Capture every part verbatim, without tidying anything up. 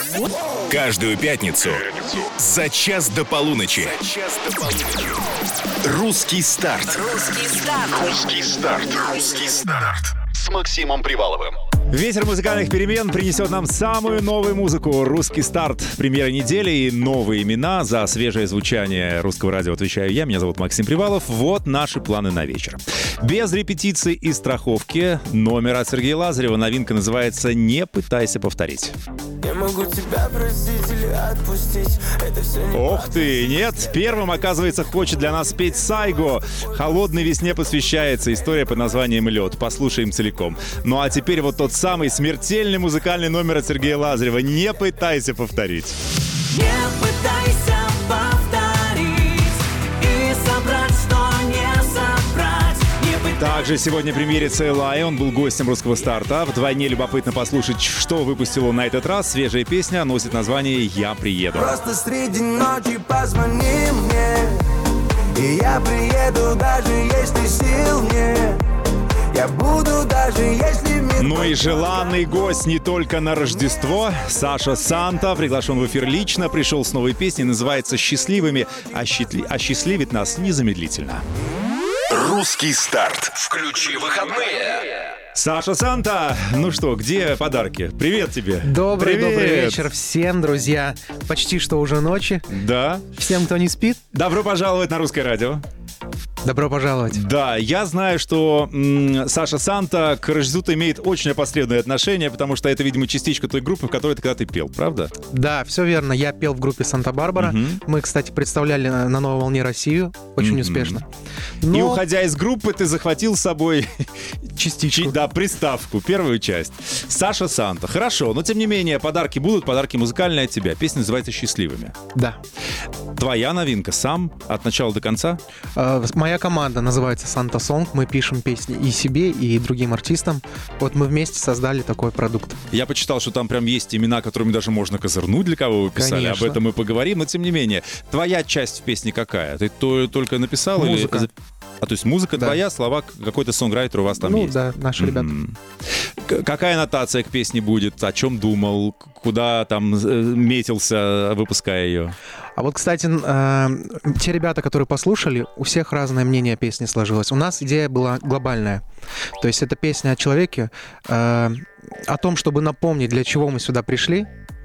Каждую пятницу за час до полуночи. За час до полуночи. Русский старт. Русский старт. Русский старт. Русский старт. С Максимом Приваловым. Ветер музыкальных перемен принесет нам самую новую музыку. Русский старт. Премьера недели и новые имена. За свежее звучание русского радио отвечаю я. Меня зовут Максим Привалов. Вот наши планы на вечер. Без репетиций и страховки. Номер от Сергея Лазарева. Новинка называется «Не пытайся повторить». Я могу тебя простить или отпустить. Это все не Ох ты, нет. Первым, оказывается, хочет для нас спеть Сайго. «Холодной весне» посвящается. История под названием «Лед». Послушаем целиком. Ну а теперь вот тот самый смертельный музыкальный номер от Сергея Лазарева. Не пытайся повторить. Не пытайся повторить и собрать, что не собрать. Не пытайся. Также сегодня премьерится Элай. Он был гостем русского старта. Вдвойне любопытно послушать, что выпустил он на этот раз. Свежая песня носит название «Я приеду». Просто среди ночи позвони мне, и я приеду, даже если сил нет. Я буду, даже если... Ну и желанный гость не только на Рождество. Саша Санта приглашен в эфир лично, пришел с новой песней, называется «Счастливыми», осчастливит нас незамедлительно. Русский старт. Включи выходные. Саша Санта, ну что, где подарки? Привет тебе. Добрый, Привет. добрый вечер всем, друзья. Почти что уже ночи. Да. Всем, кто не спит, Добро пожаловать на Русское радио. добро пожаловать. Да, я знаю, что м, Саша Санта к Рождеству имеет очень опосредованное отношение, потому что это, видимо, частичка той группы, в которой ты когда-то пел, правда? Да, все верно. Я пел в группе «Санта-Барбара». Мгм. Мы, кстати, представляли на на «Новой волне» Россию очень Мгм. успешно. И Но уходя из группы, ты захватил с собой частичку. чи- да, приставку, первую часть. Саша Санта. Хорошо, но тем не менее, подарки будут, подарки музыкальные от тебя. Песня называется «Счастливыми». Да. Твоя новинка сам, от начала до конца? Э, Моя команда называется «Санта Сонг». Мы пишем песни и себе, и другим артистам. Вот мы вместе создали такой продукт. Я почитал, что там прям есть имена, которыми даже можно козырнуть, для кого вы писали. Конечно. Об этом мы поговорим, но тем не менее. Твоя часть в песне какая? Ты то, только написал? Музыка. Или... А, то есть музыка Да. твоя, слова какой-то сонграйтер у вас там ну есть? да, наши ребята. М. К- Какая аннотация к песне будет? О чем думал? К- Куда там э, метился, выпуская ее? А вот, кстати, э, те ребята, которые послушали, у всех разное мнение о песне сложилось. У нас идея была глобальная. То есть это песня о человеке, э, о том, чтобы напомнить, для чего мы сюда пришли.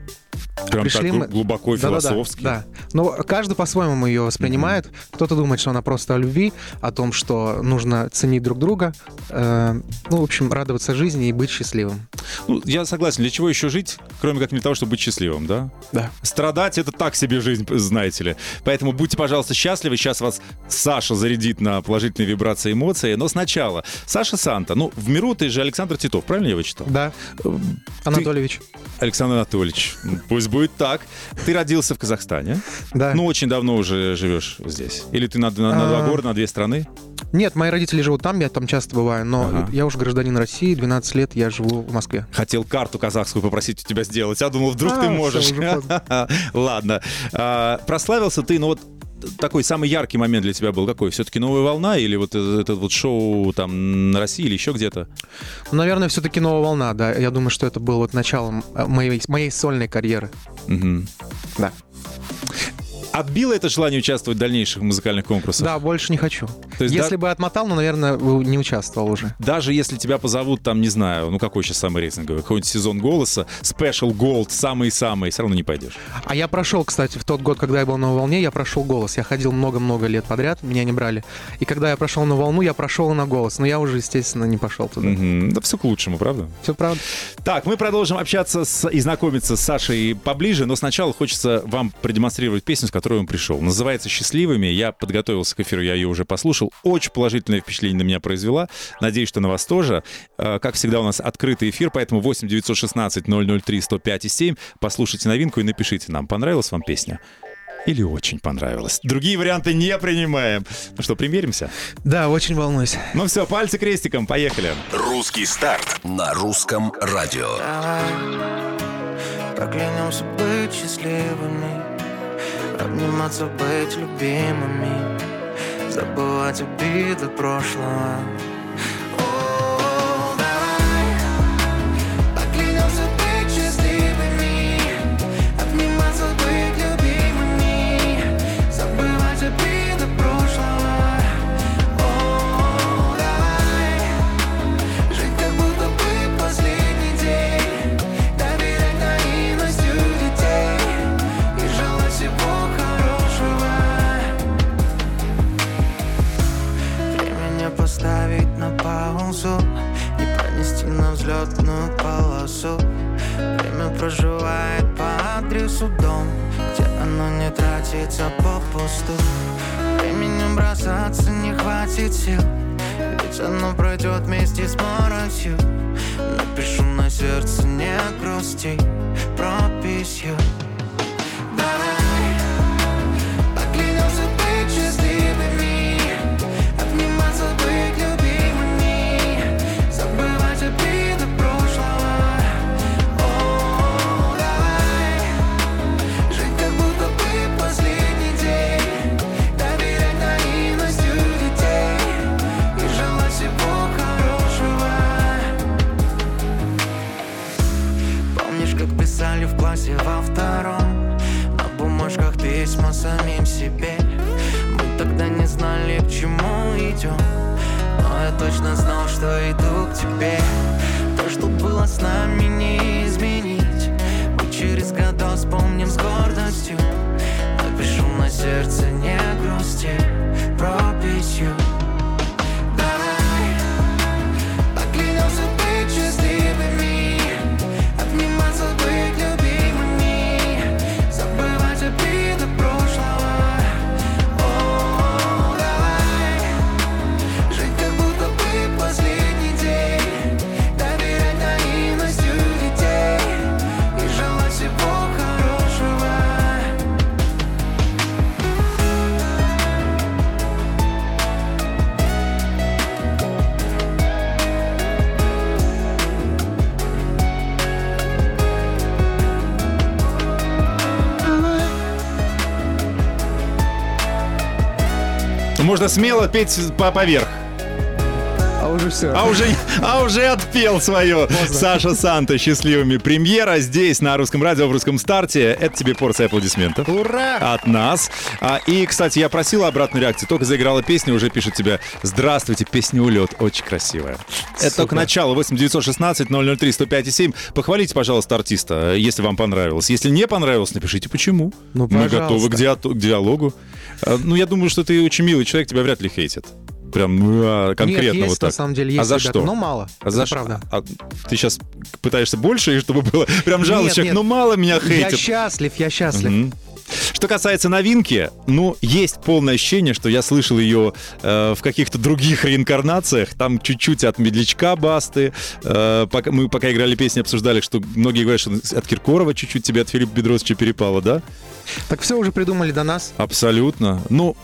Прям Пришли так мы- глубоко и Да-да-да, философски. Да, но каждый по-своему ее воспринимает. Кто-то думает, что она просто о любви, о том, что нужно ценить друг друга, э, ну, в общем, радоваться жизни и быть счастливым. Ну, я согласен. Для чего еще жить, кроме как для того, чтобы быть счастливым, да? Да. Страдать — это так себе жизнь, знаете ли. Поэтому будьте, пожалуйста, счастливы. Сейчас вас Саша зарядит на положительные вибрации и эмоции. Но сначала. Саша Санта. Ну, в миру ты же Александр Титов, правильно я вычитал? Да, Анатольевич. Александр Анатольевич. Пусть будет так. Ты родился в Казахстане. Да. Ну, очень давно уже живешь здесь. Или ты на, на- на два А. города, на две страны? Нет, мои родители живут там, я там часто бываю, но Ага. я уже гражданин России, двенадцать лет я живу в Москве. Хотел карту казахскую попросить у тебя сделать. Я думал, вдруг А, ты всё, можешь. уже поздно. Ладно. А, прославился ты, ну вот такой самый яркий момент для тебя был какой? Все-таки «Новая волна» или вот э- это вот шоу там на России или еще где-то? Ну, наверное, все-таки «Новая волна», да. Я думаю, что это было вот началом э, моей, моей сольной карьеры. Мгм. Да. Отбило это желание участвовать в дальнейших музыкальных конкурсах? Да, больше не хочу. То есть Если да- бы отмотал, ну, наверное, не участвовал уже. Даже если тебя позовут, там, не знаю, ну какой сейчас самый рейтинговый, какой-нибудь сезон голоса, Special Gold, самый-самый, все равно не пойдешь. А я прошел, кстати, в тот год, когда я был на волне, я прошел голос. Я ходил много-много лет подряд, меня не брали. И когда я прошел на волну, я прошел на голос. Но я уже, естественно, не пошел туда. Мгм. Да все к лучшему, правда? Все правда. Так, мы продолжим общаться с, и знакомиться с Сашей поближе, но сначала хочется вам продемонстрировать песню, с которой он пришел. Называется «Счастливыми». Я подготовился к эфиру, я ее уже послушал. Очень положительное впечатление на меня произвела. Надеюсь, что на вас тоже. Э, Как всегда, у нас открытый эфир, поэтому восемь девятьсот шестнадцать ноль ноль три сто пять и семь. Послушайте новинку и напишите нам, понравилась вам песня или очень понравилась. Другие варианты не принимаем. Ну что, примеримся? Да, очень волнуюсь. Ну все, пальцы крестиком, поехали. Русский старт на русском радио. Давай поклянемся быть счастливыми, обниматься, быть любимыми, забывать обиды прошлого. О, давай поклянемся быть счастливыми, скучает по адресу дом, где оно не тратится попусту. Временем бросаться не хватит сил, ведь оно пройдет вместе с моросью. Напишу на сердце не грусти прописью. Давай поклянемся быть счастливыми, обниматься, быть любимыми, забывать обиды прошлого. О, давай жить как будто бы последний день, доверять наивностью детей и желать всего хорошего. Помнишь, как писали в классе во втором на бумажках письма самим себе? Мы тогда не знали, к чему идем, но я точно знал, что иду к тебе. То, что было с нами, не изменить. Мы через года вспомним с гордостью. Напишу на сердце не грусти прописью. Давай поклянемся быть счастливыми, обниматься, быть любимыми, забывать обиды прошлого. О, давай жить как будто бы последний день, доверять наивностью детей и желать всего хорошего. Можно смело петь по поверх. А уже все. А уже, а уже отпел свое. Саша Санта «Счастливыми». Премьера здесь, на Русском радио, в Русском старте. Это тебе порция аплодисментов. Ура! От нас. А, и, кстати, я просил обратной реакции. Только заиграла песня, уже пишет тебе: здравствуйте, песня «Улет». Очень красивая. Супер. Это только начало. восемь девятьсот шестнадцать ноль ноль три сто пять семь. Похвалите, пожалуйста, артиста, если вам понравилось. Если не понравилось, напишите, почему. Ну, Мы пожалуйста. готовы к, диа- к диалогу. А, ну, я думаю, что ты очень милый человек, тебя вряд ли хейтят. Прям ну, а, конкретно. Нет, есть, вот так. на самом деле, есть а за ребята, что? но мало. А за Это что? правда. А ты сейчас пытаешься больше, и чтобы было прям жалость, Нет, нет. ну мало меня Я хейтят. счастлив, я счастлив. Мгм. Что касается новинки, ну, есть полное ощущение, что я слышал ее э, в каких-то других реинкарнациях. Там чуть-чуть от Медлячка Басты. Э, пока, мы пока играли песни, обсуждали, что многие говорят, что от Киркорова чуть-чуть тебе от Филиппа Бедросовича перепало, да? Так все уже придумали до нас. Абсолютно. Ну,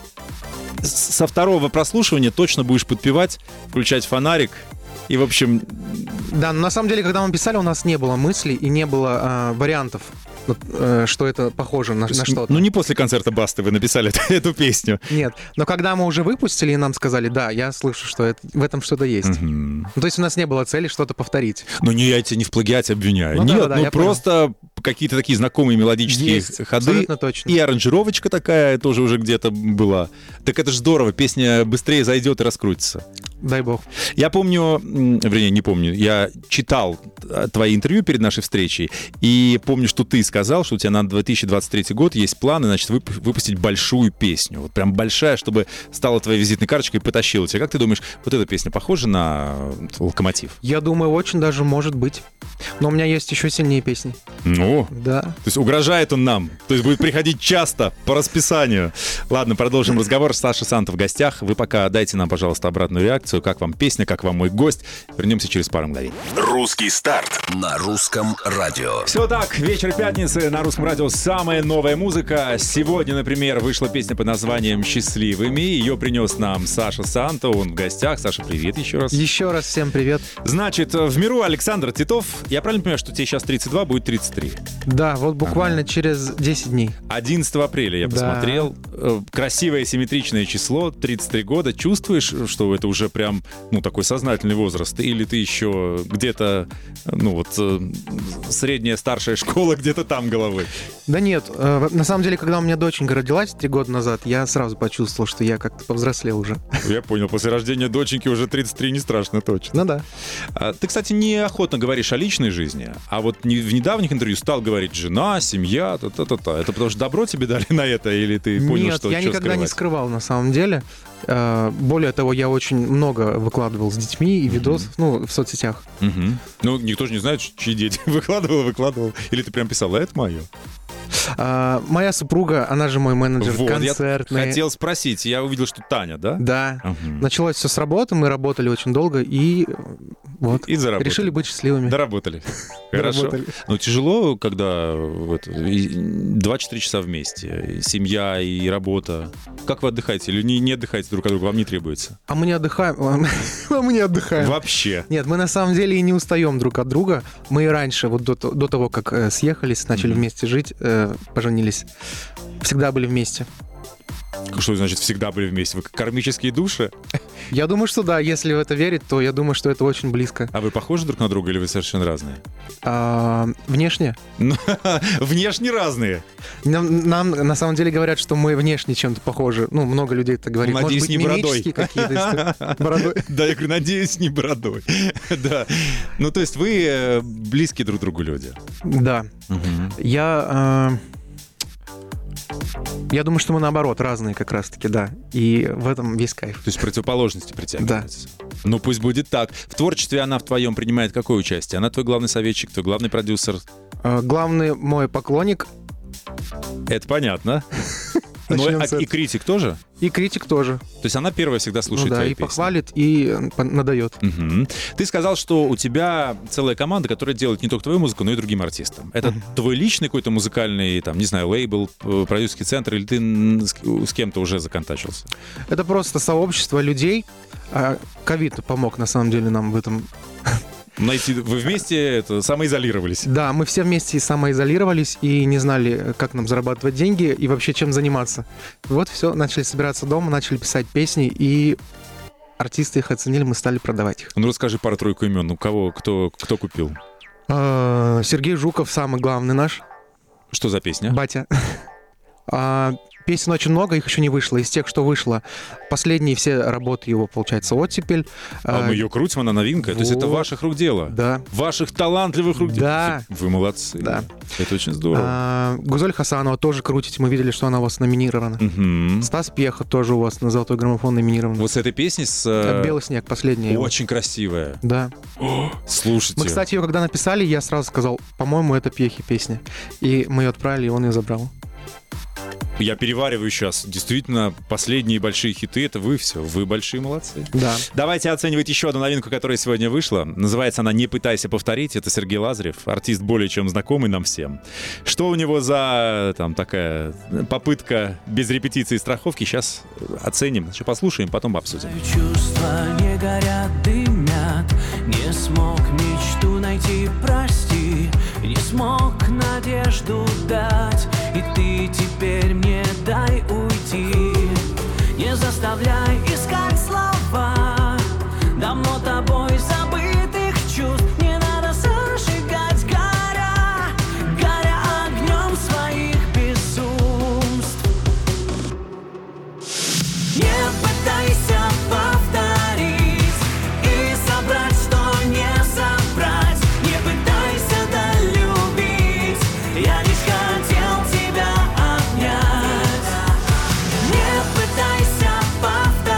с- со второго прослушивания точно будешь подпевать, включать фонарик. И, в общем, Да, но на самом деле, когда мы писали, у нас не было мыслей и не было а, вариантов, вот, э, что это похоже на, на что-то. ну не после концерта Басты вы написали эту, эту песню. Нет, но когда мы уже выпустили и нам сказали, да, я слышу, что это, в этом что-то есть. Мгм. Ну, то есть у нас не было цели что-то повторить. Ну, не, я тебя не в плагиате обвиняю. Ну, Нет, да-да-да, ну я понял. просто какие-то такие знакомые мелодические Есть, ходы. абсолютно точно. И аранжировочка такая тоже уже где-то была. Так это же здорово, песня быстрее зайдет и раскрутится. Дай бог. Я помню, м, вернее, не помню, я читал а, твои интервью перед нашей встречей, и помню, что ты сказал, что у тебя на две тысячи двадцать третий год есть планы, значит, вып- выпустить большую песню. Вот прям большая, чтобы стала твоей визитной карточкой и потащила тебя. Как ты думаешь, вот эта песня похожа на «Локомотив»? Я думаю, очень даже может быть. Но у меня есть еще сильнее песни. Ну, Да. то есть угрожает он нам. То есть будет приходить часто, по расписанию. Ладно, продолжим разговор. Саша Санта в гостях. Вы пока дайте нам, пожалуйста, обратную реакцию. Как вам песня, как вам мой гость. Вернемся через пару мгновений. Русский старт на русском радио. Все так, вечер пятницы на Русском радио. Самая новая музыка. Сегодня, например, вышла песня под названием «Счастливыми». Ее принес нам Саша Санта. Он в гостях. Саша, привет еще раз. Еще раз всем привет. Значит, в миру Александр Титов. Я правильно понимаю, что тебе сейчас тридцать два, будет тридцать три? Да, вот буквально через десять дней. одиннадцатого апреля я Да. посмотрел. Э, Красивое симметричное число, тридцать три года. Чувствуешь, что это уже прям, ну, такой сознательный возраст? Или ты еще где-то, ну, вот, э, средняя, старшая школа, где-то там головой? Да нет, э, на самом деле, когда у меня доченька родилась три года назад, я сразу почувствовал, что я как-то повзрослел уже. Я понял, после рождения доченьки уже тридцать три не страшно точно. Ну да. А, Ты, кстати, неохотно говоришь о личной жизни, а вот не- в недавних интервью стал говорить жена, семья, та-та-та-та. Это потому что добро тебе дали на это, или ты понял, Нет, что я что никогда скрывать? не скрывал на самом деле. Э, Более того, я очень много выкладывал с детьми и видосов, ну, в соцсетях. Мгм. Ну, никто же не знает, чьи дети. Выкладывал, выкладывал. Или ты прям писал, это мое? А, Моя супруга, она же мой менеджер Вот, я концертный. хотел спросить. Я увидел, что Таня, да? Да. Мгм. Началось все с работы, мы работали очень долго и э, вот И заработали. решили быть счастливыми. Доработали. Хорошо. Доработали. Ну, тяжело, когда вот, и двадцать четыре часа вместе, и семья и работа. Как вы отдыхаете? Или не, не отдыхаете друг от друга? Вам не требуется? А мы не отдыхаем. А мы не отдыхаем. Вообще. Нет, мы на самом деле и не устаем друг от друга. Мы и раньше, вот до, до того, как э, съехались, начали Мгм. вместе жить, э, поженились, всегда были вместе. Что значит всегда были вместе? Вы как кармические души? Я думаю, что да, если в это верить, то я думаю, что это очень близко. А вы похожи друг на друга или вы совершенно разные? А, внешне? Ну, внешне разные. Нам, нам на самом деле говорят, что мы внешне чем-то похожи. Ну, много людей это говорит. Надеюсь, Может быть, не бородой. мимические какие-то истории. Бородой. Да, я говорю, надеюсь, не бородой. Да. Ну, то есть вы э, близкие друг другу люди. Да. Мгм. Я... э, Я думаю, что мы наоборот, разные как раз-таки, да. И в этом весь кайф. То есть противоположности притягиваются. Ну, пусть будет так. В творчестве она в твоем принимает какое участие? Она твой главный советчик, твой главный продюсер? Э, Главный мой поклонник Это понятно. Ну, Начнем а с этого. и критик тоже? и критик тоже. То есть она первая всегда Ну слушает да, твои и песни? похвалит, и э, по- надает. Мгм. Ты сказал, что у тебя целая команда, которая делает не только твою музыку, но и другим артистам. Это Мгм. твой личный какой-то музыкальный, там, не знаю, лейбл, э, продюсерский центр, или ты н- с с кем-то уже законтачился? Это просто сообщество людей. А ковид помог, на самом деле, нам в этом. Найти, вы вместе это, самоизолировались? Да, мы все вместе самоизолировались и не знали, как нам зарабатывать деньги и вообще чем заниматься. Вот все, начали собираться дома, начали писать песни, и артисты их оценили, мы стали продавать их. Ну, расскажи пару-тройку имен. Ну, кого, кто, кто купил? А, Сергей Жуков, самый главный наш, Что за песня? батя. А, Песен очень много, их еще не вышло. Из тех, что вышло, последние все работы его, получается, «Оттепель». А мы ее крутим, она новинка. То есть это вот. ваших рук дело? Да. Ваших талантливых рук дело? Да. Вы молодцы. Да. Это очень здорово. А, Гузель Хасанова тоже крутите, мы видели, что она у вас номинирована. Мгм. Стас Пьеха тоже у вас на «Золотой граммофон» номинирован. Вот с этой песней с... э, «Белый снег», последняя. его. Очень красивая. Да. Слушайте. Мы, кстати, ее когда написали, я сразу сказал, по-моему, это Пьехи песня. И мы ее отправили, и он ее забрал. Я перевариваю сейчас. Действительно, последние большие хиты — это вы все. Вы большие молодцы. Да. Давайте оценивать еще одну новинку, которая сегодня вышла. Называется она «Не пытайся повторить». Это Сергей Лазарев, артист более чем знакомый нам всем. Что у него за там такая попытка без репетиции и страховки, сейчас оценим. Еще послушаем, потом обсудим. Чувства не горят, дымят. Не смог мечту найти, прости. Не смог надежду дать. И ты теперь мне дай уйти. Не заставляй искать слова давно тобой забытых чувств. Не надо зажигать, горя, горя огнем своих безумств. Не пытайся повторить и собрать, что не собрать. Не пытайся долюбить, я лишь хотел тебя обнять. Не пытайся повторить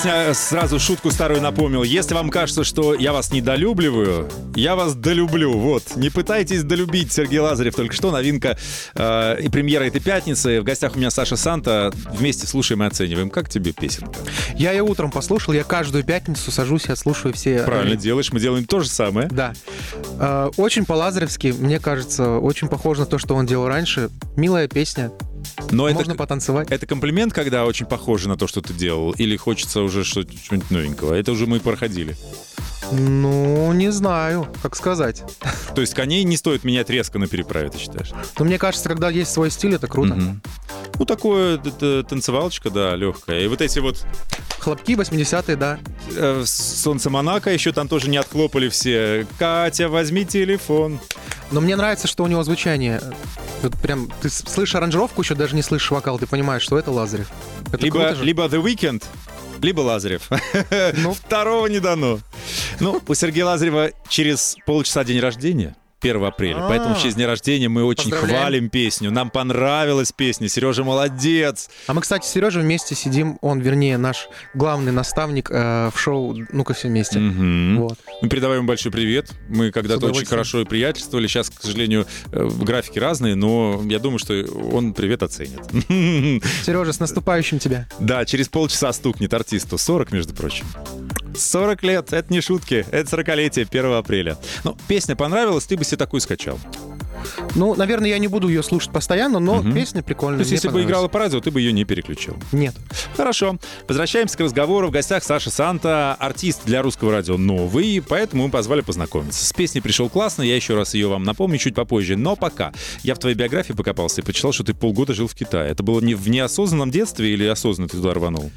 песня, сразу шутку старую напомнил. Если вам кажется, что я вас недолюбливаю, я вас долюблю. Вот, не пытайтесь долюбить. Сергей Лазарев только что, новинка э, и премьера этой пятницы. В гостях у меня Саша Санта. Вместе слушаем и оцениваем. Как тебе песенка? Я ее утром послушал, я каждую пятницу сажусь и отслушиваю все... Правильно делаешь, мы делаем то же самое. Да. Э, очень по-лазаревски, мне кажется, очень похоже на то, что он делал раньше. Милая песня. Но Можно это, потанцевать. это комплимент, когда очень похоже на то, что ты делал? Или хочется уже что-нибудь новенького? Это уже мы проходили. Ну, не знаю, как сказать. То есть коней не стоит менять резко на переправе, ты считаешь? Но мне кажется, когда есть свой стиль, это круто. Мгм. Ну, такое это, танцевалочка, да, легкая. И вот эти вот Хлопки восьмидесятые, да. э, «Солнце Монако» еще там тоже не отхлопали все. «Катя, возьми телефон». Но мне нравится, что у него звучание. Вот прям ты слышишь аранжировку, еще даже не слышишь вокал, ты понимаешь, что это Лазарев. Это Либо, круто же. либо The Weeknd, либо Лазарев. Ну. Второго не дано. Ну, у Сергея Лазарева через полчаса день рождения. первого апреля. А. Поэтому в честь дня рождения мы очень Поздравляем. хвалим песню. Нам понравилась песня. Сережа молодец. А мы, кстати, с Сережей вместе сидим, он, вернее, наш главный наставник э, в шоу «Ну-ка все вместе». Мгм. Вот. Мы передаем ему большой привет. Мы когда-то очень удовольствием. хорошо и приятельствовали. Сейчас, к сожалению, э, графики разные, но я думаю, что он привет оценит. Сережа, с наступающим тебя. Да, через полчаса стукнет артисту. сорок, между прочим. сорок лет, это не шутки, это сорокалетие первого апреля. Ну, песня понравилась, ты бы себе такую скачал. Ну, наверное, я не буду ее слушать постоянно, но Мгм. песня прикольная. То есть, мне если бы понравилась. играла по радио, ты бы ее не переключил. Нет. Хорошо. Возвращаемся к разговору. В гостях Саша Санта, артист для русского радио новый, поэтому мы позвали познакомиться. С песней пришел классно, я еще раз ее вам напомню чуть попозже. Но пока. Я в твоей биографии покопался и прочитал, что ты полгода жил в Китае. Это было не в неосознанном детстве или осознанно ты туда рванул?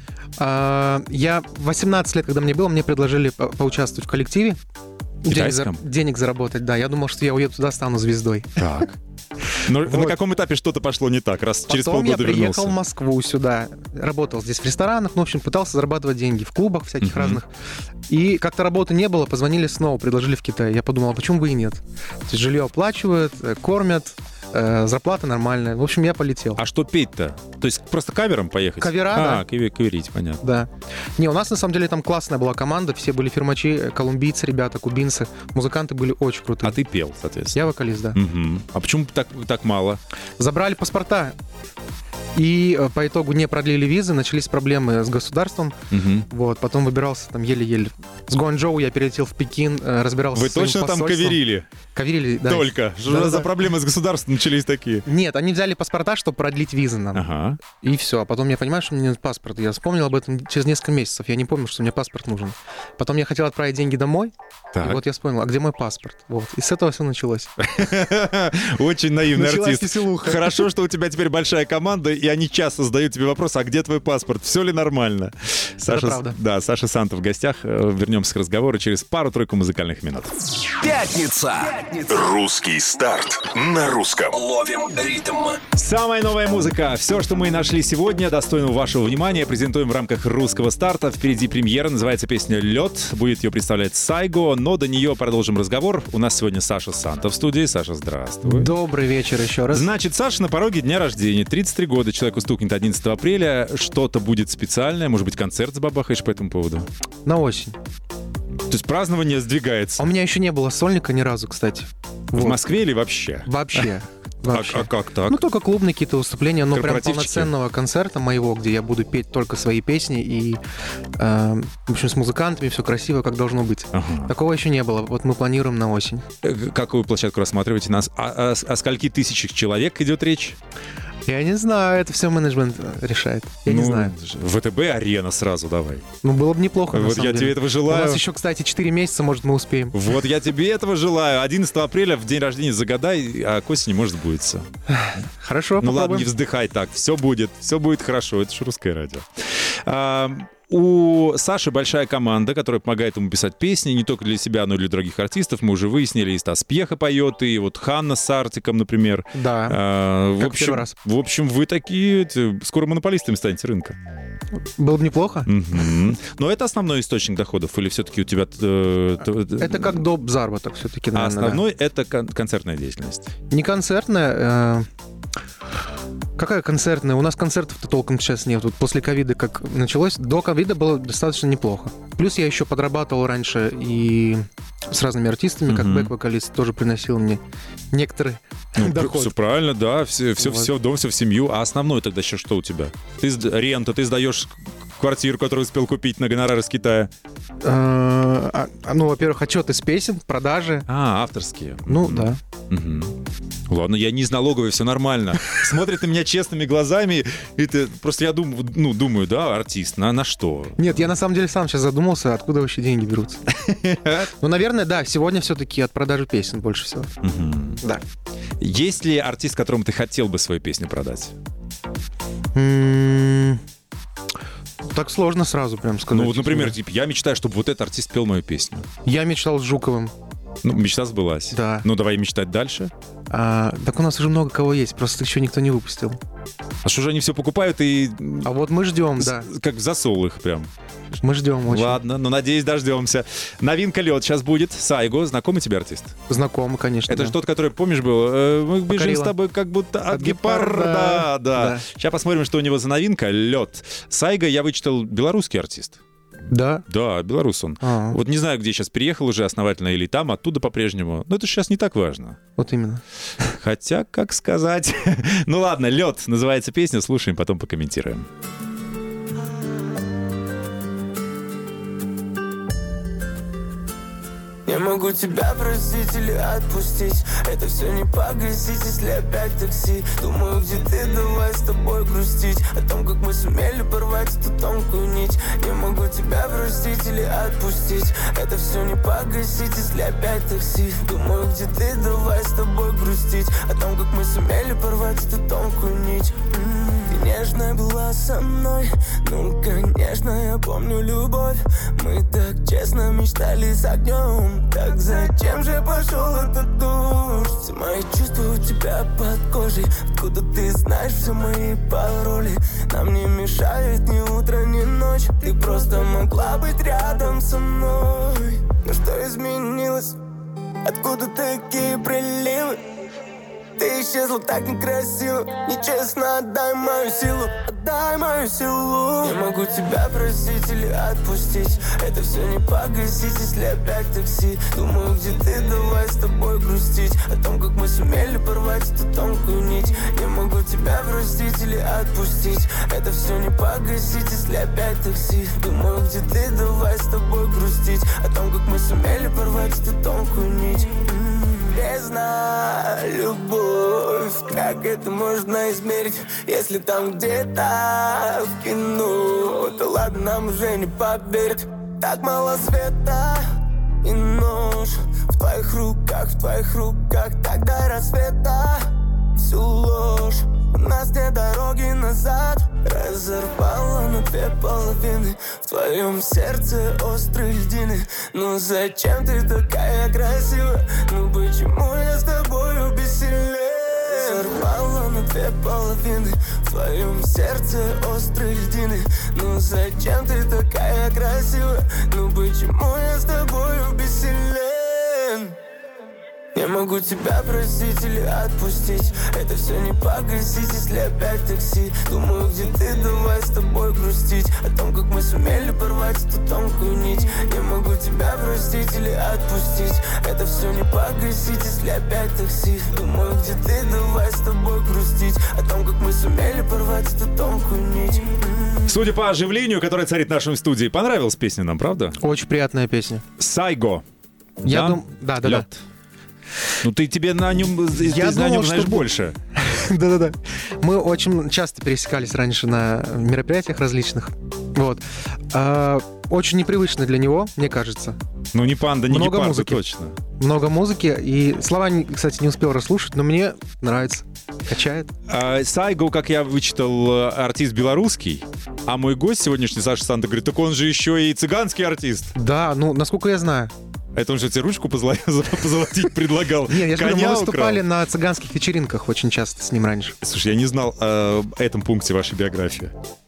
А, я восемнадцать лет, когда мне было, мне предложили по- поучаствовать в коллективе. Денег, за- Китайском? денег заработать, да. Я думал, что я уеду туда, стану звездой. Так. Но на Вот. каком этапе что-то пошло не так, раз через Потом я полгода приехал вернулся? в Москву сюда, работал здесь в ресторанах, ну, в общем, пытался зарабатывать деньги в клубах всяких Мгм. разных. И как-то работы не было, позвонили снова, предложили в Китай. Я подумал, а почему бы и нет? То есть жилье оплачивают, э, кормят, э, зарплата нормальная. В общем, я полетел. А что петь-то? То есть просто кавером поехать? Кавера, а, да. кавер- каверить, понятно. Да. Не, у нас на самом деле там классная была команда, все были фирмачи, э, колумбийцы, ребята, кубинцы. Музыканты были очень крутые. А ты пел, соответственно. Я вокалист, да. Мгм. А почему так, так мало? Забрали паспорта. И э, по итогу не продлили визы, начались проблемы с государством. Мгм. Вот, потом выбирался там еле-еле. С Гуанчжоу я перелетел в Пекин, э, разбирался Вы со своим точно там посольством. каверили? Каверили, да. Только? Что Да-да-да. за проблемы с государством начались такие? Нет, они взяли паспорта, чтобы продлить визы нам. Ага. И все. А потом я понимаю, что мне нет паспорта. Я вспомнил об этом через несколько месяцев. Я не помню, что мне паспорт нужен. Потом я хотел отправить деньги домой. Так. И вот я вспомнил, а где мой паспорт? Вот. И с этого все началось. Очень наивный Началась артист. веселуха. Хорошо, что у тебя теперь большая команда, и они часто задают тебе вопрос, а где твой паспорт? Все ли нормально? Саша, правда. Да, Саша Санта в гостях. Э, Вернемся к разговору через пару-тройку музыкальных минут. Пятница. Русский старт на русском. Ловим ритм. Самая новая музыка. Все, что мы нашли сегодня, достойно вашего внимания. Презентуем в рамках русского старта. Впереди премьера. Называется песня «Лед». Будет ее представлять Сайго. Но до нее продолжим разговор. У нас сегодня Саша Санта в студии. Саша, здравствуй. Добрый вечер еще раз. Значит, Саша на пороге дня рождения. тридцать три года. Человеку стукнет одиннадцатого апреля. Что-то будет специальное. Может быть, концерт забабахаешь по этому поводу? На осень. То есть празднование А сдвигается. у меня еще не было сольника ни разу, кстати. В Вот. Москве или вообще? Вообще. А, Вообще. а как так? Ну, только клубные какие-то выступления, но прям Корпоративчики? полноценного концерта моего, где я буду петь только свои песни и, э, в общем, с музыкантами все красиво, как должно быть. Ага. Такого еще не было. Вот мы планируем на осень. Э, Какую площадку рассматриваете? Нас? О, о- о скольки тысячах человек идет речь? Я не знаю, это все менеджмент э, решает. Я не Ну, знаю. ВТБ-арена сразу давай. Ну, было бы неплохо, на Вот самом я деле. тебе этого У желаю. нас еще, кстати, четыре месяца, может, мы успеем. Вот я тебе этого желаю. одиннадцатого апреля в день рождения загадай, а к осени может сбудется. Хорошо, Ну ладно, попробуем. не вздыхай так. Все будет, все будет хорошо. Это же русское радио. А, у Саши большая команда, которая помогает ему писать песни, не только для себя, но и для других артистов. Мы уже выяснили, и Стас Пьеха поет, и вот Ханна с Артиком, например. Да. А, в, Как общем, первый раз. в общем, вы такие, эти, скоро монополистами станете рынка. Было бы неплохо. Мгм. Но это основной источник доходов? Или все-таки у тебя... э, т- Это как доп. заработок все-таки, А наверное. да. основной — это кон- концертная деятельность. Не концертная. э, Какая концертная? У нас концертов-то толком сейчас нет. Вот после ковида как началось, до ковида было достаточно неплохо. Плюс я еще подрабатывал раньше и с разными артистами, как Мгм. бэк-вокалист, тоже приносил мне некоторый Ну, доход. все правильно, да, все, все, Вот. все в дом, все в семью. А основное тогда сейчас что у тебя? Ты сд- рента, ты сдаешь квартиру, которую успел купить на гонорар из Китая. А, а, Ну, во-первых, отчет из песен, продажи. А, авторские. Ну, Мгм. да. Мгм. Ладно, я не из налоговой, все нормально. Смотрит на меня честными глазами. И ты, просто я думаю, ну, думаю, да, артист, на, на что? Нет, я на самом деле сам сейчас задумался, откуда вообще деньги берутся. Ну, наверное, да, сегодня все-таки от продажи песен больше всего. Мгм. Да. Есть ли артист, которому ты хотел бы свою песню продать? М, Так сложно сразу прям сказать. Ну, вот, например, типа, я мечтаю, чтобы вот этот артист пел мою песню. Я мечтал с Жуковым. Ну, мечта сбылась. Да. Ну, давай мечтать дальше. А, так у нас уже много кого есть, просто еще никто не выпустил. А что же они все покупают и А вот мы ждем, да. с- как в засол их прям. Мы ждем очень. Ладно, ну, надеюсь, дождемся. Новинка «Лед» сейчас будет. Сайго, знакомый тебе артист? Знакомы, конечно. Это да. же тот, который, помнишь, был? э, Мы бежим Покорила. с тобой как будто от, От гепарда. гепарда. Да. Да. Сейчас посмотрим, что у него за новинка. «Лед». Сайго, я вычитал, белорусский артист. Да. Да, белорус он. А, Вот не знаю, где сейчас переехал уже основательно или там, оттуда по-прежнему. Но это сейчас не так важно. вот именно. Хотя, как сказать... Ну ладно, «Лед» называется песня, слушаем, потом покомментируем. Не могу тебя простить или отпустить. Это все не погасить, если опять такси. Думаю, где ты, давай с тобой грустить о том, как мы сумели порвать эту тонкую нить. Не могу тебя простить или отпустить. Это все не погасить, если опять такси. Думаю, где ты, давай с тобой грустить о том, как мы сумели порвать эту тонкую нить. М-м. Ты нежная была со мной. Ну, конечно, я помню любовь. Мы так честно мечтали с огнем. Так зачем же пошел этот дождь? Все мои чувства у тебя под кожей. Откуда ты знаешь все мои пароли? Нам не мешает ни утро, ни ночь. Ты просто могла быть рядом со мной. Но что изменилось? Откуда такие приливы? Ты исчезла так некрасиво. Нечестно, отдай мою силу. Отдай мою силу. Не могу тебя простить или отпустить. Это все не погасить, если опять такси. Думаю, где ты, давай с тобой грустить о том, как мы сумели порвать эту тонкую нить. Не могу тебя простить или отпустить. Это все не погасить, если опять такси. Думаю, где ты, давай с тобой грустить о том, как мы сумели порвать эту тонкую нить. Бездна, любовь, как это можно измерить, если там где-то в кино? Да ладно, нам уже не поверить. Так мало света и нож в твоих руках, в твоих руках, так до рассвета. Всю ложь, у нас нет дороги назад. Разорвала на две половины. В твоем сердце острые льдины. Ну зачем ты такая красивая? Ну почему я с тобою бессилен? Разорвала на две половины. В твоем сердце острые льдины. Ну зачем ты такая красивая? Ну почему я с тобою бессилен? Не могу тебя простить или отпустить. Это все не погасить, если опять такси. Думаю, где ты, давай с тобой грустить о том, как мы сумели порвать эту тонкую нить. Не могу тебя простить или отпустить. Это все не погасить, если опять такси. Думаю, где ты, давай с тобой грустить о том, как мы сумели порвать эту тонкую нить. Судя по оживлению, которое царит в нашей студии, понравилась песня нам, правда? Очень приятная песня. Сайго. Я Да? дум- да, да, да. «Лед». Ну ты тебе на нем, ты Я на думал, нем знаешь что- больше. Да-да-да. Мы очень часто пересекались раньше на мероприятиях различных. Вот. А, Очень непривычно для него, мне кажется. Ну не панда, не Много гепард, музыки. точно. Много музыки, и слова, не- кстати, не успел расслушать, но мне нравится. Качает. А, Сайго, как я вычитал, артист белорусский, а мой гость сегодняшний, Саша Санта, говорит, так он же еще и цыганский артист. Да, ну, насколько я знаю. Это он же тебе ручку позоло- позолотить предлагал? Нет, я же говорю, мы Коня выступали украл? на цыганских вечеринках очень часто с ним раньше. Слушай, я не знал о этом пункте вашей биографии.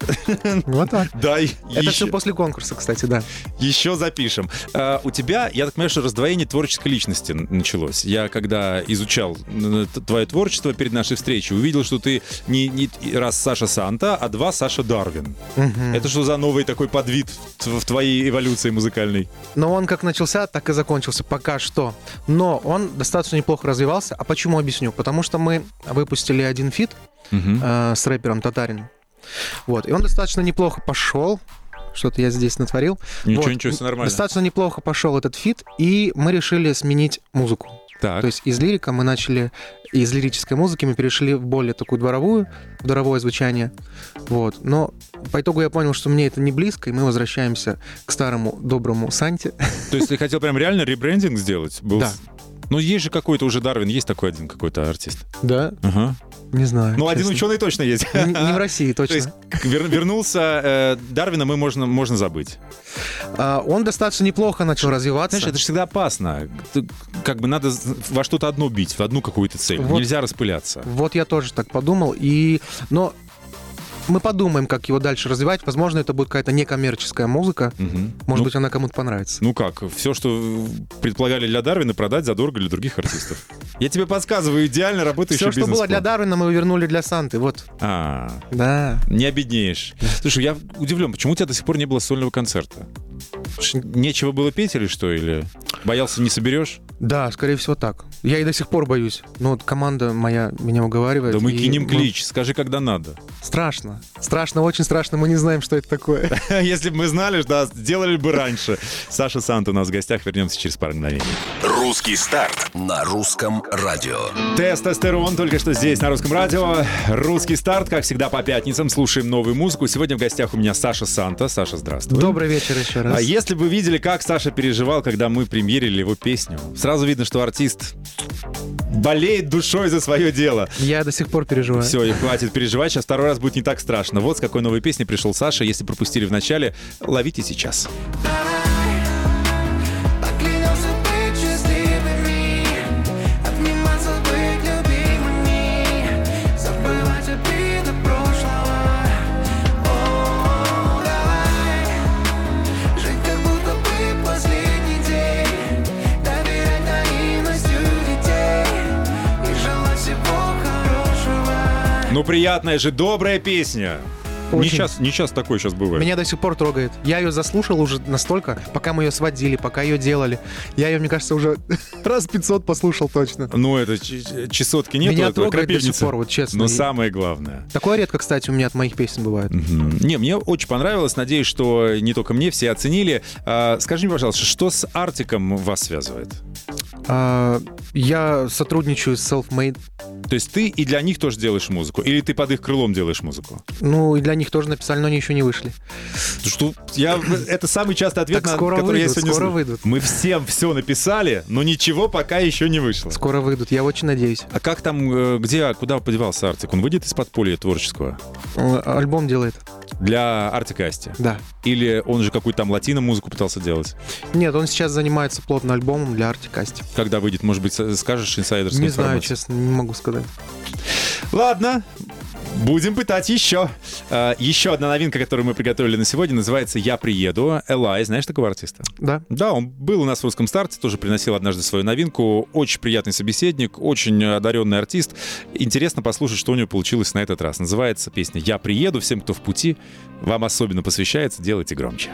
Вот так. Да, и Это еще, все после конкурса, кстати, да. еще запишем. А, у тебя, я так понимаю, что раздвоение творческой личности н- началось. Я, когда изучал н- т- твое творчество перед нашей встречей, увидел, что ты не, не раз Саша Санта, а два Саша Дарвин. Это что за новый такой подвид в, в твоей эволюции музыкальной? Но он как начался, так и закончился пока что. Но он достаточно неплохо развивался. А почему, объясню? Потому что мы выпустили один фит э, с рэпером Татарин. Вот. И он достаточно неплохо пошел. Что-то я здесь натворил. Ничего, Вот. ничего, все нормально. Достаточно неплохо пошел этот фит, и мы решили сменить музыку. Так. То есть из лирика мы начали, из лирической музыки мы перешли в более такую дворовую, в дворовое звучание. Вот. Но по итогу я понял, что мне это не близко, и мы возвращаемся к старому доброму Санте. То есть ты хотел прям реально ребрендинг сделать? Был... Да. Ну, есть же какой-то уже Дарвин, есть такой один какой-то артист. Да? Ага. Не знаю. Ну, один честно. ученый точно есть. Не, не в России, То есть точно. вер- вернулся э, Дарвина, мы можно, можно забыть. А, он достаточно неплохо начал развиваться. Знаешь, это же всегда опасно. Ты- как бы надо во что-то одно бить, в одну какую-то цель. Вот. Нельзя распыляться. Вот я тоже так подумал. И... Но мы подумаем, как его дальше развивать. Возможно, это будет какая-то некоммерческая музыка. Мгм. Может ну, быть, она кому-то понравится. ну как, все, что предполагали для Дарвина, продать задорого для других артистов. Я тебе подсказываю, идеально работающий Все, что было бизнес-план. для Дарвина, мы вернули для Санты. Вот. А, Да. не обеднеешь. Слушай, я удивлен, почему у тебя до сих пор не было сольного концерта? Ш- Нечего было петь или что? Или боялся, не соберешь? Да, скорее всего, так. Я и до сих пор боюсь. Но вот команда моя меня уговаривает. Да мы и кинем мы- клич, скажи, когда надо. Страшно. Страшно, очень страшно. Мы не знаем, что это такое. Если бы мы знали, да, сделали бы раньше. Саша Санта у нас в гостях, вернемся через пару мгновений. Русский старт на русском радио. Тестостерон только что здесь, на русском радио. Русский старт, как всегда, по пятницам. Слушаем новую музыку. Сегодня в гостях у меня Саша Санта. Саша, здравствуй. Добрый вечер еще раз. А если бы вы видели, как Саша переживал, когда мы премьерили его песню, сразу видно, что артист болеет душой за свое дело. Я до сих пор переживаю. Все, и хватит переживать, сейчас второй раз будет не так страшно. Вот с какой новой песней пришел Саша. Если пропустили в начале, ловите сейчас. Поклянется быть счастливыми, обниматься, быть любимыми, забывать обиды прошлого. О, давай жить, как будто бы последний день, доверять наивностью детей и желать всего хорошего. Ну, приятная же, добрая песня. Не Очень. часто, не часто такое сейчас бывает. Меня до сих пор трогает. Я ее заслушал уже настолько, пока мы ее сводили, пока ее делали. Я ее, мне кажется, уже раз пятьсот послушал точно. Ну, это ч- чесотки нету, Меня это трогает до сих крапивницы. пор, вот честно. Но И самое главное. Такое редко, кстати, у меня от моих песен бывает. Мгм. Не, мне очень понравилось. Надеюсь, что не только мне, все оценили. А, скажи мне, пожалуйста, что с Артиком вас связывает? А, я сотрудничаю с Self-Made. То есть ты и для них тоже делаешь музыку? Или ты под их крылом делаешь музыку? Ну, и для них тоже написали, но они еще не вышли. Что я, это самый частый ответ, Так на скоро который я выйдут, сегодня скоро слышу. выйдут. Мы всем все написали, но ничего пока еще не вышло. Скоро выйдут, я очень надеюсь. А как там, э, где, куда подевался Артик? Он выйдет из подполья творческого? Э, Альбом делает, Для Артика Асти? да. Или он же какую-то там латино-музыку пытался делать? Нет, он сейчас занимается плотно альбомом для Артикасти. Когда выйдет, может быть, с- скажешь инсайдерскую Не знаю, информацию? честно, не могу сказать. Ладно, будем пытать еще. А, еще одна новинка, которую мы приготовили на сегодня, называется «Я приеду». Элай, знаешь такого артиста? Да. Да, он был у нас в «Русском старте», тоже приносил однажды свою новинку. Очень приятный собеседник, очень одаренный артист. Интересно послушать, что у него получилось на этот раз. Называется песня «Я приеду». Всем, кто в пути, вам особенно посвящается, делайте громче.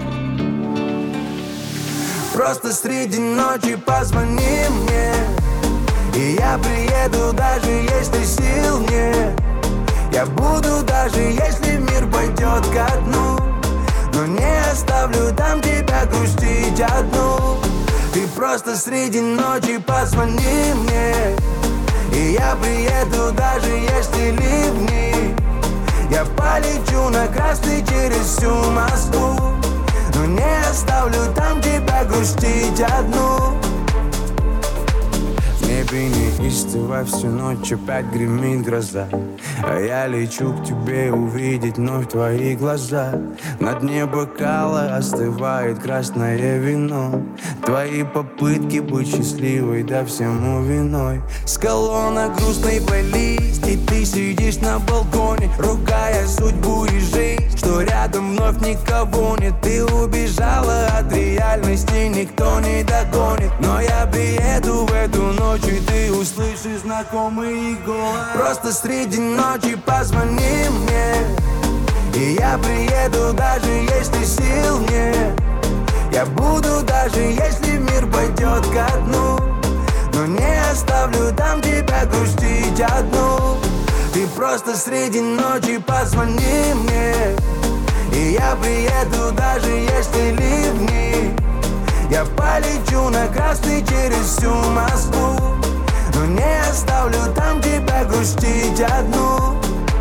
Просто среди ночи позвони мне, и я приеду, даже если сил нет. Я буду, даже если мир пойдет ко дну, но не оставлю там тебя грустить одну. Ты просто среди ночи позвони мне, и я приеду, даже если ливни. Я полечу на красный через всю Москву, но не оставлю там тебя грустить одну. В небе не И стывай всю ночь, опять гремит гроза. А я лечу к тебе увидеть вновь твои глаза. На дне бокала остывает красное вино. Твои попытки быть счастливой, да всему виной. Скало на грустный плейлист, и ты сидишь на балконе, ругая судьбу и жизнь, что рядом вновь никого нет. Ты убежала от реальности, никто не догонит. Но я приеду в эту ночь, и ты услышишь знакомый голос. Просто среди ночи позвони мне, и я приеду, даже если сил нет. Я буду, даже если мир пойдет ко дну, но не оставлю там тебя грустить одну. Ты просто среди ночи позвони мне, и я приеду, даже если ливни. Я полечу на красный через всю Москву, но не оставлю там тебя грустить одну.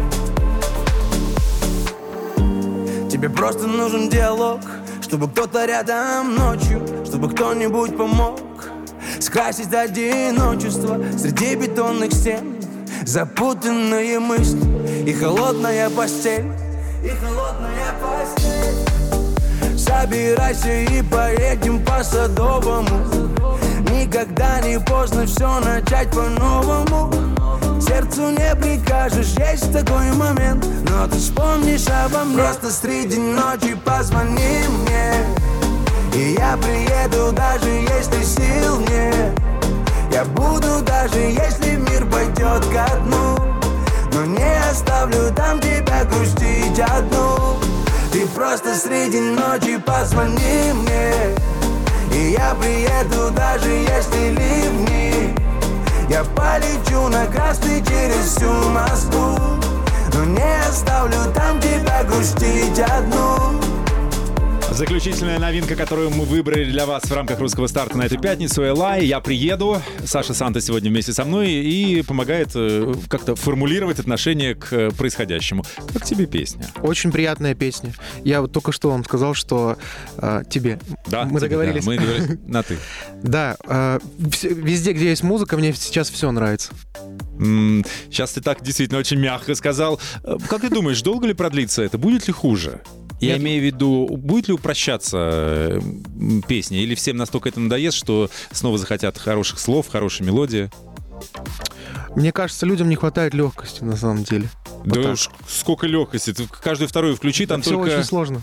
Тебе просто нужен диалог, чтобы кто-то рядом ночью, чтобы кто-нибудь помог скрасить одиночество среди бетонных стен. Запутанные мысли и холодная постель, и холодная постель. Собирайся и поедем по Садовому. Никогда не поздно все начать по-новому. Сердцу не прикажешь, есть такой момент, но ты вспомнишь обо мне. Просто среди ночи позвони мне, и я приеду, даже если сил нет. Я буду, даже если мир пойдет ко дну, но не оставлю там тебя грустить одну. Ты просто среди ночи позвони мне, и я приеду, даже если ливни. Я полечу на красный через всю Москву, но не оставлю там тебя грустить одну. Заключительная новинка, которую мы выбрали для вас в рамках «Русского старта» на эту пятницу. Элай, «Я приеду». Саша Санта сегодня вместе со мной и помогает э, как-то формулировать отношение к происходящему. Как тебе песня? Очень приятная песня. Я вот только что вам сказал, что э, тебе. Да, мы тебе, договорились. Да, мы договорились на «ты». Да, э, везде, где есть музыка, мне сейчас все нравится. М-м, сейчас ты так действительно очень мягко сказал. Как ты думаешь, долго ли продлится это? Будет ли хуже? Я Нет. имею в виду, будет ли упрощаться песня, или всем настолько это надоест, что снова захотят хороших слов, хорошей мелодии? Мне кажется, людям не хватает легкости на самом деле. Да вот уж сколько легкости. Ты каждую вторую включи, там все только... очень сложно.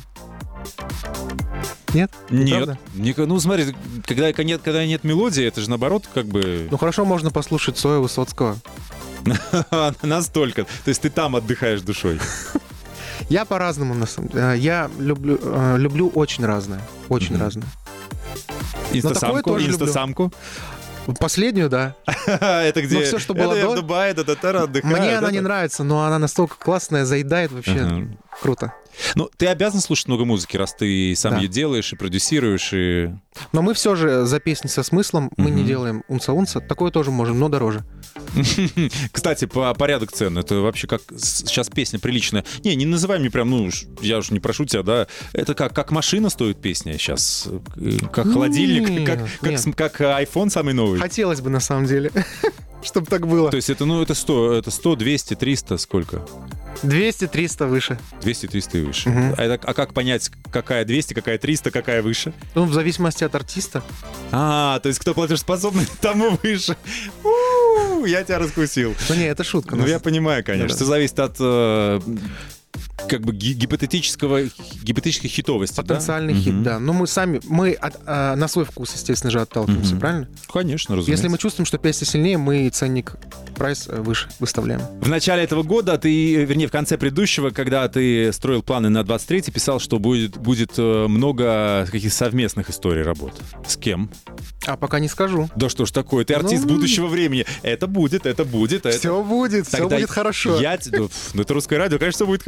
Нет? Нет. Не, ну смотри, когда, когда нет мелодии, это же наоборот как бы... Ну хорошо, можно послушать Цоя, Высоцкого. Настолько. То есть ты там отдыхаешь душой. Я по-разному, на самом деле. Я люблю, э, люблю очень разное. Очень mm-hmm. разное. Инстасамку? Инстасамку? Последнюю, да. Это где? Но все, что было это до... в Дубае, отдыхаю. Мне это... она не нравится, но она настолько классная, заедает вообще. Uh-huh. Круто. Ну, ты обязан слушать много музыки, раз ты сам да. ее делаешь и продюсируешь, и... Но мы все же за песни со смыслом, мы uh-huh. не делаем унца-унца. Такое тоже можем, но дороже. Кстати, по порядок цен, это вообще как сейчас песня приличная. Не, не называй мне прям, ну, я уж не прошу тебя, да. Это как, как машина стоит песня сейчас, как холодильник, нет, как, как, как iPhone самый новый. Хотелось бы, на самом деле, чтобы так было. То есть это, ну, это сто, это сто, двести, триста, сколько? двести, триста выше. двести, триста и выше. Угу. А, это, а как понять, какая двести, какая триста, какая выше? Ну, в зависимости от артиста. А, то есть кто платежеспособный, тому выше. У-у-у, я тебя раскусил. Ну не, это шутка. Ну я понимаю, конечно. Да, да. Все зависит от... Э, как бы гипотетического, гипотетической хитовости. Потенциальный да? хит, угу. да. Но мы сами, мы от, а, на свой вкус, естественно же, отталкиваемся, угу. правильно? Конечно, разумеется. Если мы чувствуем, что песня сильнее, мы ценник, прайс выше выставляем. В начале этого года ты, вернее, в конце предыдущего, когда ты строил планы на двадцать третий, писал, что будет, будет много каких-то совместных историй работ. С кем? А пока не скажу. Да что ж такое, ты артист ну... будущего времени. Это будет, это будет. Все это... будет, Тогда все будет хорошо. Я... Ну, это русское радио, конечно, все будет хорошо.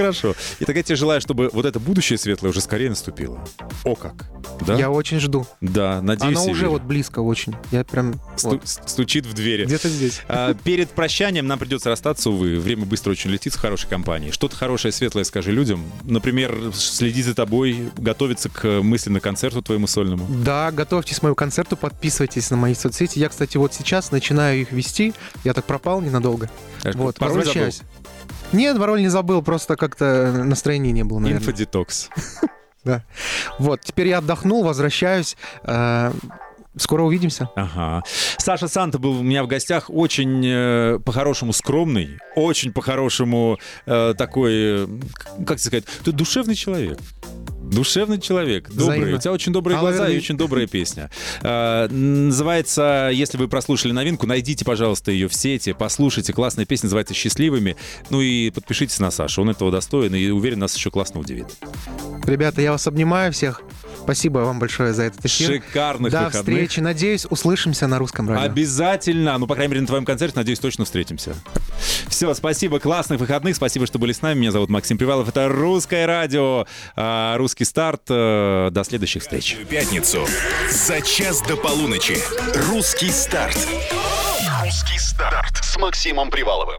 И так я тебе желаю, чтобы вот это будущее светлое уже скорее наступило. О как. Да? Я очень жду. Да, надеюсь. Оно и уже верю. вот близко очень. Я прям Сту- вот, Стучит в двери. где-то здесь. А, перед прощанием нам придется расстаться, увы. Время быстро очень летит с хорошей компанией. Что-то хорошее, светлое скажи людям. Например, следить за тобой, готовиться к мысленно концерту твоему сольному. Да, готовьтесь к моему концерту, подписывайтесь на мои соцсети. Я, кстати, вот сейчас начинаю их вести. Я так пропал ненадолго. Вот, Пароль забыл? возвращаюсь. Нет, пароль не забыл, просто как-то настроения не было, наверное. Инфодетокс. Да. Вот, теперь я отдохнул, возвращаюсь. Э, Скоро увидимся. Ага. Саша Санта был у меня в гостях, очень э, по-хорошему скромный, очень по-хорошему э, такой, э, как сказать, ты душевный человек. Душевный человек, добрый. Взаимно. У тебя очень добрые Алла глаза и Верди. очень добрая песня. Э, называется, если вы прослушали новинку, найдите, пожалуйста, ее в сети, послушайте. Классная песня, называется «Счастливыми». Ну и подпишитесь на Сашу, он этого достоин и, уверен, нас еще классно удивит. Ребята, я вас обнимаю всех. Спасибо вам большое за этот эфир. Шикарных До выходных. встречи. Надеюсь, услышимся на русском радио. Обязательно. Ну, по крайней мере, на твоем концерте, надеюсь, точно встретимся. Все, спасибо, классных выходных. Спасибо, что были с нами. Меня зовут Максим Привалов. Это «Русское радио», а, «Русский старт». До следующих встреч. В пятницу за час до полуночи. «Русский старт». «Русский старт» с Максимом Приваловым.